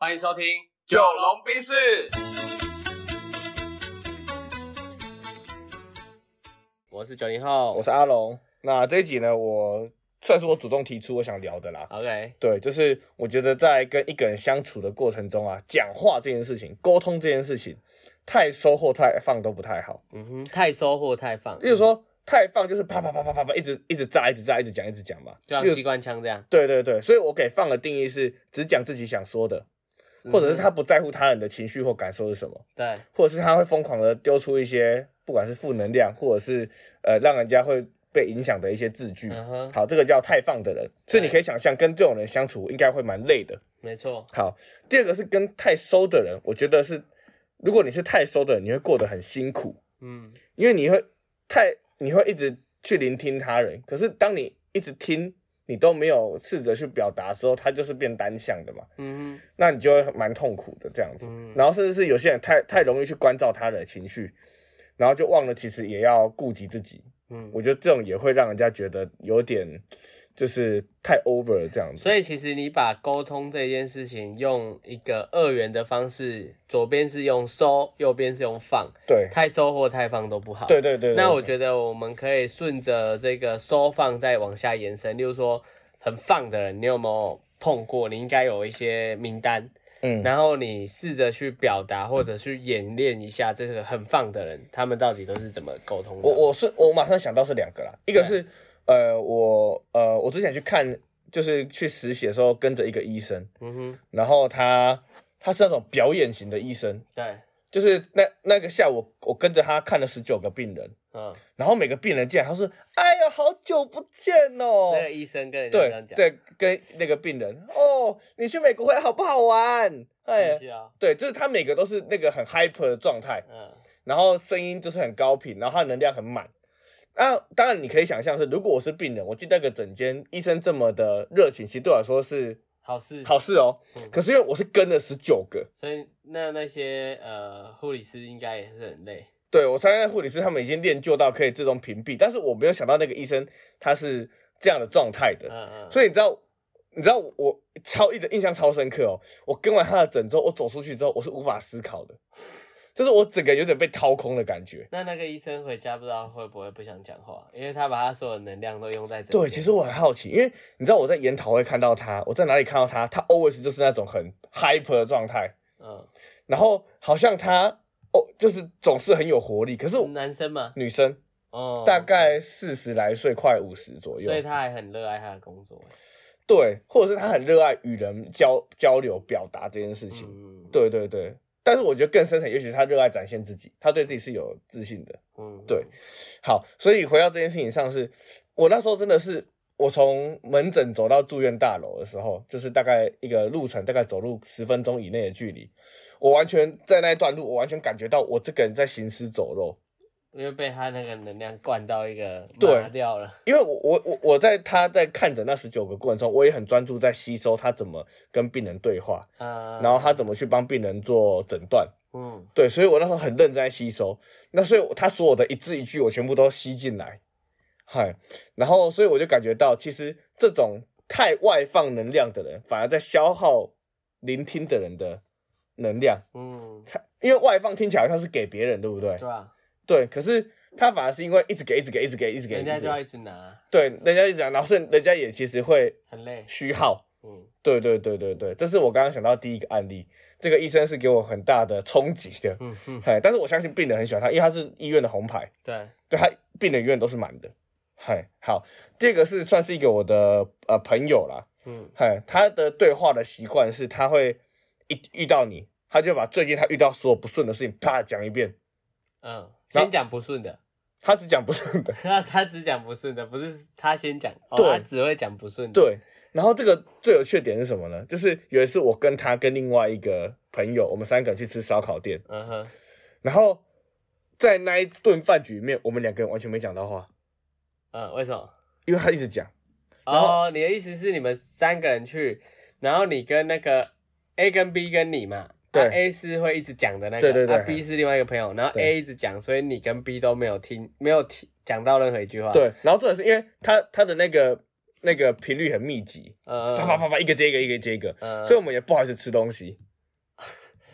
欢迎收听九龙冰室。 我是90后， 我是阿龙。那这一集呢，算是我主动提出我想聊的啦。 OK， 对，就是我觉得在跟一个人相处的过程中啊，讲话这件事情、沟通这件事情，太收或太放都不太好。 太收或太放。 例如说，太放就是啪啪啪啪啪啪，一直炸，一直讲嘛， 就像机关枪这样。 对对对，所以我给放的定义是只讲自己想说的。或者是他不在乎他人的情绪或感受是什么， 对， 或者是他会疯狂的丢出一些不管是负能量，或者是让人家会被影响的一些字句。好，这个叫太放的人，所以你可以想象跟这种人相处应该会蛮累的。 没错。 好，第二个是跟太收的人，我觉得是如果你是太收的人，你会过得很辛苦。因为你会一直去聆听他人，可是当你一直听。你都没有试着去表达的时候，它就是变单向的嘛。那你就会蛮痛苦的这样子。然后甚至是有些人太容易去关照他人的情绪，然后就忘了其实也要顾及自己。我觉得这种也会让人家觉得有点就是太 over 了这样子。 所以其实你把沟通这件事情用一个二元的方式，左边是用收，右边是用放。 对， 太收或太放都不好。 对对对。 那我觉得我们可以顺着这个收放再往下延伸，例如说很放的人，你有没有碰过？你应该有一些名单。然后你试着去表达或者去演练一下这个很放的人，他们到底都是怎么沟通的？ 我马上想到是两个啦，一个是我之前去看，就是去实习的时候跟着一个医生，然后他是那种表演型的医生， 对， 就是那个下午我跟着他看了19个病人，然后每个病人进来，他说：“哎呀，好久不见哦。” 那个医生跟人家这样讲， 对，跟那个病人哦，你去美国回来好不好玩？哎，对，就是他每个都是那个很 hyper 的状态，然后声音就是很高频，然后他能量很满。当然你可以想象是，如果我是病人，我进那个诊间，医生这么的热情，其实对我来说是好事哦。可是因为我是跟了19个， 所以那些护理师应该也是很累。 对，我相信护理师他们已经练就到可以自动屏蔽，但是我没有想到那个医生他是这样的状态的。所以你知道我印象超深刻哦。我跟完他的诊之后，我走出去之后，我是无法思考的，就是我整个有点被掏空的感觉。 那个医生回家不知道会不会不想讲话，因为他把他所有能量都用在对，其实我很好奇，因为你知道我在研讨会看到他，我在哪里看到他，他 always 就是那种很 hyper 的状态。然后好像他就是总是很有活力，可是男生吗？ 女生，大概40来岁，快50左右， 所以他还很热爱他的工作。 对，或者是他很热爱与人交流、表达这件事情。对对对，但是我觉得更深层，也许是他热爱展现自己，他对自己是有自信的。对。好，所以回到这件事情上是，我那时候真的是，我从门诊走到住院大楼的时候，就是大概一个路程，大概走路10分钟以内的距离，我完全在那一段路，我完全感觉到我这个人在行尸走肉。 因为被他那个能量灌到一个麻掉了。 因为我在他在看诊那19个过程中，我也很专注在吸收他怎么跟病人对话，然后他怎么去帮病人做诊断。对，所以我那时候很认真在吸收。那所以他所有的一字一句，我全部都吸进来。然后所以我就感觉到，其实这种太外放能量的人，反而在消耗聆听的人的能量。因为外放听起来好像是给别人，对不对？ 对啊。 对，可是他反而是因为一直给， 人家就要一直拿。 对，人家一直拿，然后所以人家也其实会很累、 虚耗。对，这是我刚刚想到第一个案例。这个医生是给我很大的冲击的。但是我相信病人很喜欢他，因为他是医院的红牌。对，他病人永远都是满的。好，第二个是算是一个我的朋友啦。他的对话的习惯是，他会遇到你，他就把最近他遇到所有不顺的事情啪讲一遍。 先讲不顺的， 他只讲不顺的。 他只讲不顺的，不是他先讲。 对， 他只会讲不顺的。 对，然后这个最有趣的点是什么呢？就是有一次我跟他跟另外一个朋友，我们3个人去吃烧烤店。然后在那一顿饭局里面，我们2个人完全没讲到话。 为什么？ 因为他一直讲。 你的意思是你们3个人去，然后你跟那个 A 跟 B 跟你嘛？对 ，A 是会一直讲的那个，对 B 是另外一个朋友，然后 A 一直讲，所以你跟 B 都没有讲到任何一句话。 对，然后重点是因为他的那个频率很密集，啪啪啪啪一个接一个，所以我们也不好意思吃东西。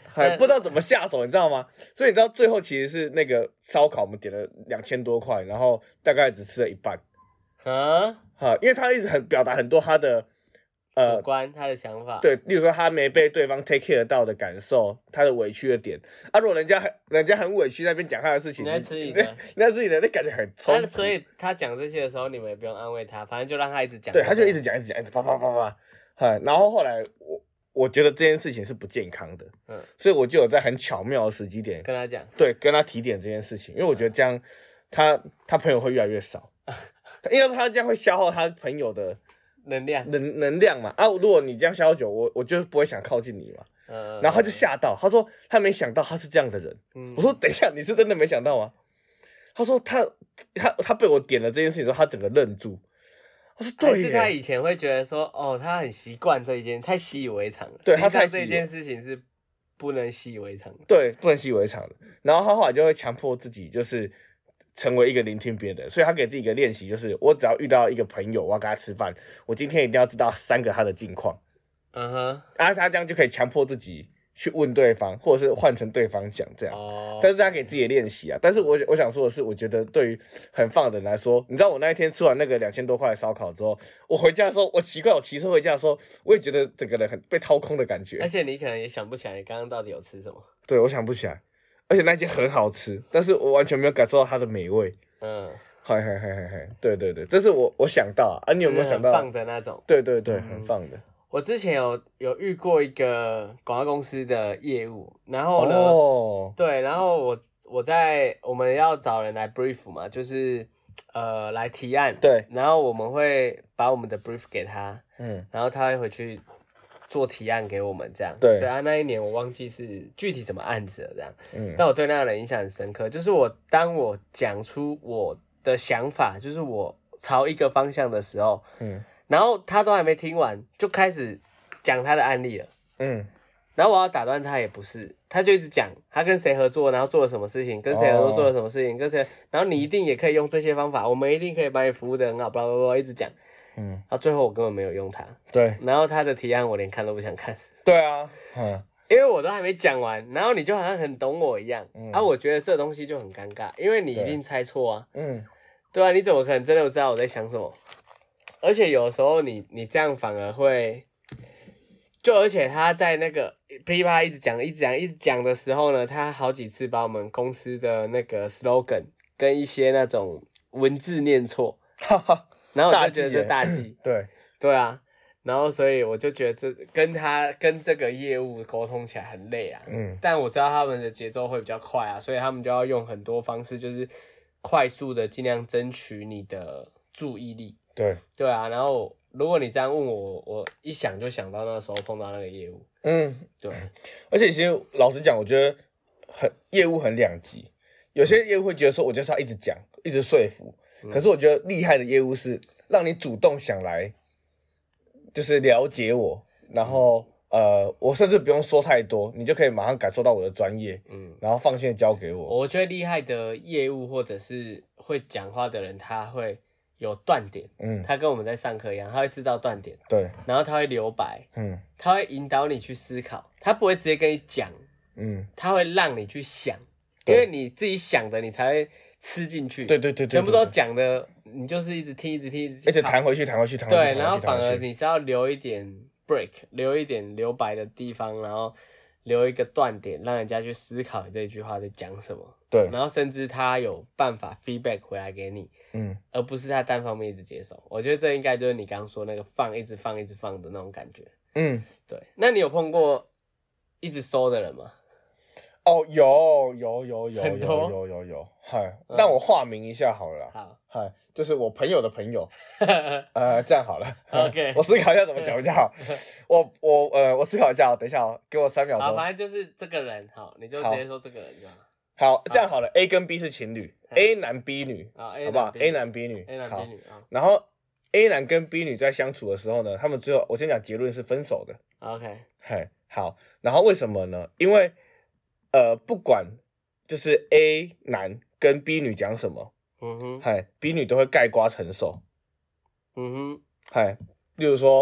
还不知道怎么下手，你知道吗？所以你知道最后其实是那个烧烤，我们点了2000多块，然后大概只吃了一半。因为他一直表达很多他的主观，他的想法。 对，例如说他没被对方 take care 到的感受，他的委屈的点。如果人家很委屈那边讲他的事情， 你在吃你的， 那自己的，那感觉很冲突。 所以他讲这些的时候，你们也不用安慰他，反正就让他一直讲。 对，他就一直讲，一直啪啪啪啪。然后后来我觉得这件事情是不健康的，所以我就有在很巧妙的时机点跟他讲， 对，跟他提点这件事情，因为我觉得这样他朋友会越来越少，因为他这样会消耗他朋友的能量嘛。如果你这样消耗久，我就不会想靠近你嘛。然后他就吓到，他说他没想到他是这样的人。我说等一下，你是真的没想到吗？他说他被我点了这件事情之后，他整个愣住。我说对耶， 是他以前会觉得说，他很习惯这一件，太习以为常了。 对，他太这件事情是不能习以为常的。 对，不能习以为常的。然后他后来就会强迫自己，就是成为一个聆听别人的人，所以他给自己一个练习，就是我只要遇到一个朋友，我要跟他吃饭，我今天一定要知道3个他的近况。他这样就可以强迫自己去问对方，或者是换成对方讲这样。但是他给自己的练习啊。但是我想说的是，我觉得对于很放的人来说，你知道我那一天吃完那个2000多块的烧烤之后，我回家的时候，我奇怪，我骑车回家的时候，我也觉得整个人很被掏空的感觉。 而且你可能也想不起来你刚刚到底有吃什么。 对，我想不起来。而且那间很好吃，但是我完全没有感受到它的美味。对，这是我想到啊。你有没有想到很放的那种？ 对，很放的。 我之前有遇过一个广告公司的业务，然后呢，对，然后我们要找人来 brief 嘛，就是来提案， 对， 然后我们会把我们的 brief 给他，然后他会回去做提案给我们这样，对啊，那一年我忘记是具体什么案子了这样，但我对那个人印象很深刻，就是当我讲出我的想法，就是我朝一个方向的时候，然后他都还没听完，就开始讲他的案例了。然后我要打断他也不是，他就一直讲他跟谁合作，然后做了什么事情，跟谁合作做了什么事情，跟谁，然后你一定也可以用这些方法，我们一定可以把你服务的很好，巴拉巴拉一直讲。然后最后我根本没有用它。对。然后他的提案我连看都不想看。 对啊。 因为我都还没讲完，然后你就好像很懂我一样。我觉得这东西就很尴尬，因为你一定猜错啊。对啊，你怎么可能真的知道我在想什么？而且有时候你这样反而会，而且他在那个噼里啪啦一直讲的时候呢，他好几次把我们公司的那个 slogan 跟一些那种文字念错，然后我就觉得这大忌。对啊，然后所以我就觉得跟这个业务沟通起来很累啊。但我知道他们的节奏会比较快啊，所以他们就要用很多方式，就是快速的尽量争取你的注意力。对啊，然后如果你这样问我，我一想就想到那时候碰到那个业务。对。 而且其实老实讲，我觉得业务很两极，有些业务会觉得说我就是要一直讲，一直说服。可是我觉得厉害的业务是让你主动想来，就是了解我，然后我甚至不用说太多，你就可以马上感受到我的专业，然后放心的交给我。 我觉得厉害的业务或者是会讲话的人，他会有断点，他跟我们在上课一样，他会制造断点，对，然后他会留白，他会引导你去思考，他不会直接跟你讲，他会让你去想，因为你自己想的，你才会吃进去，对，全部都讲的，你就是一直听，一直弹回去， 对，然后反而你是要留一点 break， 留一点留白的地方，然后留一个断点，让人家去思考你这句话在讲什么。对，然后甚至他有办法 feedback 回来给你，而不是他单方面一直接受。我觉得这应该就是你刚刚说那个一直放的那种感觉。对。那你有碰过一直收的人吗？ 有， 很多有。让我化名一下好了啦。好，就是我朋友的朋友。这样好了。OK。我思考一下怎么讲比较好。我思考一下，等一下给我3秒钟。 好，反正就是这个人，好，你就直接说这个人就好。 好，这样好了 ，A 跟 B 是情侣 ，A 男 B 女，好不好 ？A 男 B 女，好。然后 A 男跟 B 女在相处的时候呢，他们最后我先讲结论是分手的。OK。好。然后为什么呢？因为不管就是 A 男跟 B 女讲什么，B 女都会概括承受。例如说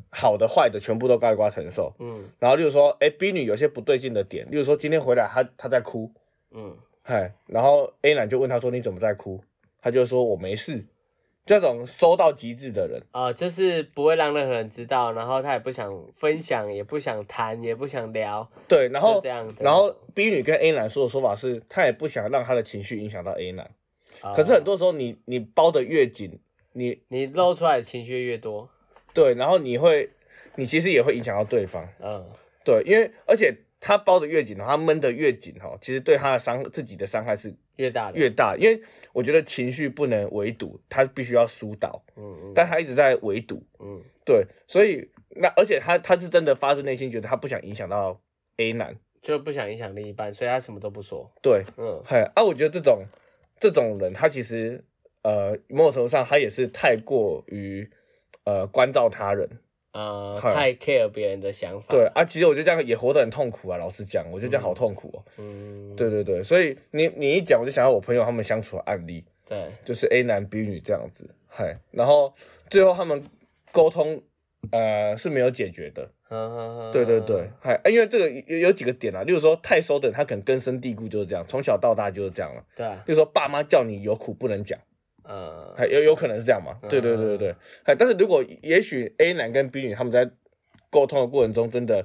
好的坏的全部都概括承受。然后例如说B 女有些不对劲的点，例如说今天回来她在哭，然后 A 男就问她说你怎么在哭，她就说我没事。这种收到极致的人就是不会让任何人知道，然后他也不想分享，也不想谈，也不想聊。 对，然后这样然后 B 女跟 A 男说的说法是，她也不想让她的情绪影响到 A 男。可是很多时候你包得越紧，你露出来的情绪越多， 对，然后你其实也会影响到对方。对，因为而且他包得越紧，他闷得越紧其实对他的自己的伤害是越大，因为我觉得情绪不能围堵，他必须要疏导。但他一直在围堵。对，所以而且他是真的发自内心觉得他不想影响到 A 男， 就不想影响另一半，所以他什么都不说。 对，我觉得这种人，他其实某种程度上他也是太过于关照他人。 太 care 别人的想法。 对其实我觉得这样也活得很痛苦啊。老实讲，我觉得这样好痛苦对，所以你一讲，我就想到我朋友他们相处的案例。 对， 就是 A 男 B 女这样子。然后最后他们沟通是没有解决的。对，因为这个有几个点啊，例如说太熟的人，他可能根深蒂固就是这样，从小到大就是这样了。 对， 例如说爸妈叫你有苦不能讲。有可能是这样嘛？对。但是如果也许 A 男跟 B 女他们在沟通的过程中，真的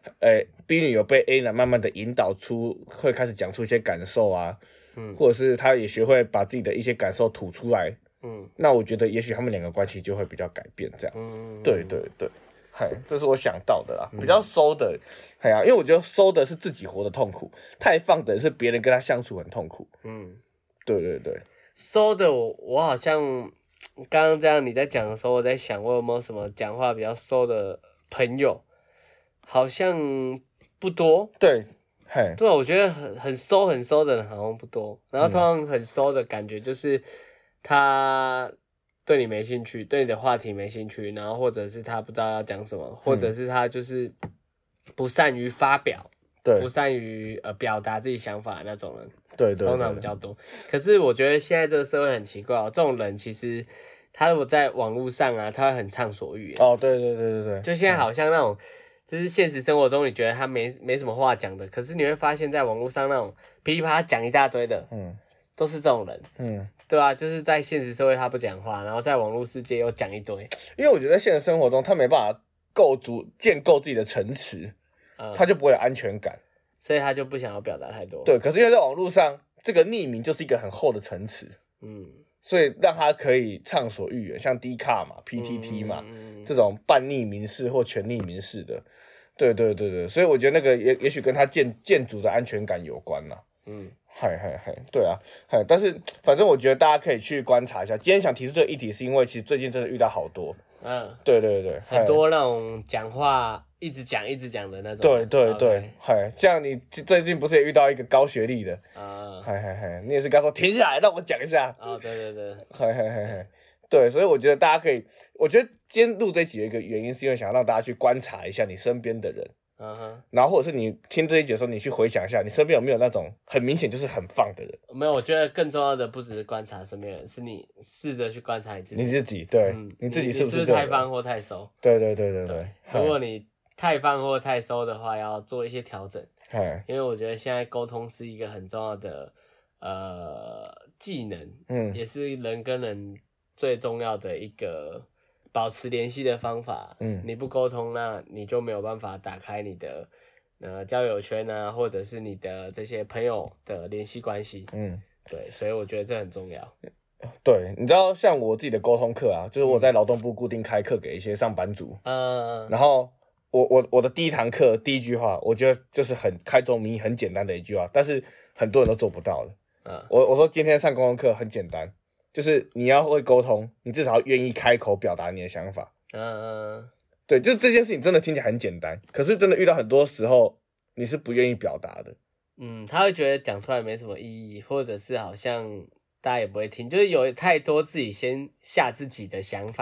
，B 女有被 A 男慢慢的引导出，会开始讲出一些感受啊，或者是他也学会把自己的一些感受吐出来。那我觉得也许他们两个关系就会比较改变，这样。对，这是我想到的啦。比较收的，因为我觉得收的是自己活得痛苦，太放的是别人跟他相处很痛苦。对。 收的我好像刚刚这样你在讲的时候，我在想我有没有什么讲话比较收的朋友，好像不多。对，我觉得很收的人好像不多。然后通常很收的感觉就是他对你没兴趣，对你的话题没兴趣，然后或者是他不知道要讲什么，或者是他就是不善于发表。不善于表达自己想法的那种人，对，通常比较多。可是我觉得现在这个社会很奇怪这种人其实他如果在网络上啊，他会很畅所欲言。对，就现在好像那种，就是现实生活中你觉得他没什么话讲的，可是你会发现在网络上那种噼里啪啦讲一大堆的，都是这种人，对啊，就是在现实社会他不讲话，然后在网络世界又讲一堆。 因为我觉得在现实生活中他没办法建构自己的城池。他就不会有安全感， 所以他就不想要表达太多。 对，可是因为在网络上，这个匿名就是一个很厚的层次，所以让他可以畅所欲言，像 Dcard 嘛、PTT 嘛，这种半匿名式或全匿名式的，对，所以我觉得那个也许跟他建筑的安全感有关啦。对啊，但是反正我觉得大家可以去观察一下。今天想提出这个议题，是因为其实最近真的遇到好多，对， 很多那种讲话一直讲的那种。 对，像你最近不是也遇到一个高学历的你也是跟他说停下来，让我讲一下。 对， 对，所以我觉得大家可以，我觉得今天录这一集的一个原因，是因为想让大家去观察一下你身边的人。然后或者是你听这一集的时候，你去回想一下，你身边有没有那种很明显就是很放的人？ 没有，我觉得更重要的不只是观察身边人，是你试着去观察你自己。 对，你自己是不是太放或太收？ 对。 如果你太放或太收的话，要做一些调整。因为我觉得现在沟通是一个很重要的技能，也是人跟人最重要的一个保持联系的方法。你不沟通，那你就没有办法打开你的交友圈啊，或者是你的这些朋友的联系关系。对，所以我觉得这很重要。 对，你知道像我自己的沟通课啊，就是我在劳动部固定开课给一些上班族。然后我的第一堂课第一句话，我觉得就是很开宗明义、很简单的一句话，但是很多人都做不到了。我说今天上沟通课很简单。就是你要会沟通，你至少要愿意开口表达你的想法。对，就这件事情真的听起来很简单，可是真的遇到很多时候你是不愿意表达的。 他会觉得讲出来没什么意义，或者是好像大家也不会听，就是有太多自己先下自己的想法，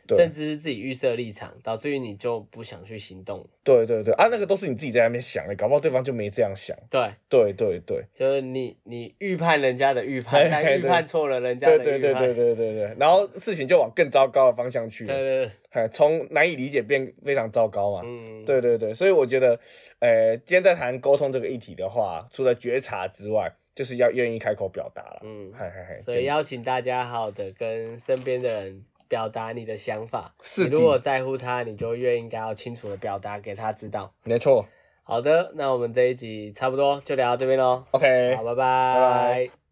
甚至是自己预设立场，导致于你就不想去行动。 对对对啊，那个都是你自己在那边想的，搞不好对方就没这样想。 对对对对， 就是你预判人家的预判，但预判错了人家的预判。 对对对对对对，然后事情就往更糟糕的方向去了。 对对， 从难以理解变非常糟糕嘛。对对对，所以我觉得，今天在谈沟通这个议题的话，除了觉察之外，就是要愿意开口表达了。 所以邀请大家好好的跟身边的人表达你的想法。 是的， 你如果在乎他，你就应该要清楚的表达给他知道。 没错。 好的，那我们这一集差不多就聊到这边咯。 OK， 好，拜拜。